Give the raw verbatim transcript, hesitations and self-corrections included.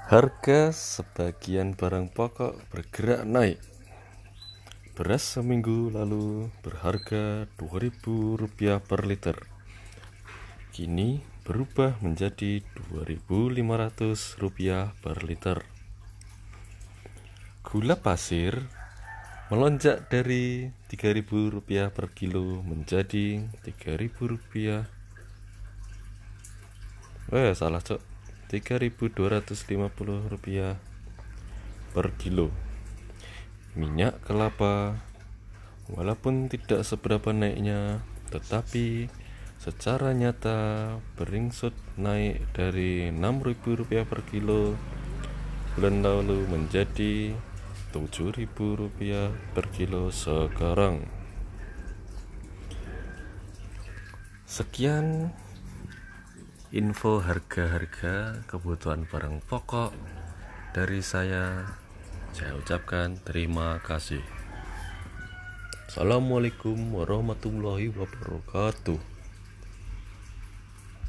Harga sebagian barang pokok bergerak naik. Beras seminggu lalu berharga dua ribu rupiah per liter. Kini berubah menjadi dua ribu lima ratus rupiah per liter. Gula pasir melonjak dari tiga ribu rupiah per kilo menjadi tiga ribu rupiah. Eh, salah, Cok. tiga ribu dua ratus lima puluh rupiah per kilo. Minyak kelapa walaupun tidak seberapa naiknya, tetapi secara nyata beringsut naik dari enam ribu rupiah per kilo bulan lalu menjadi tujuh ribu rupiah per kilo sekarang. Sekian info harga-harga kebutuhan barang pokok dari saya. Saya ucapkan terima kasih. Assalamualaikum warahmatullahi wabarakatuh.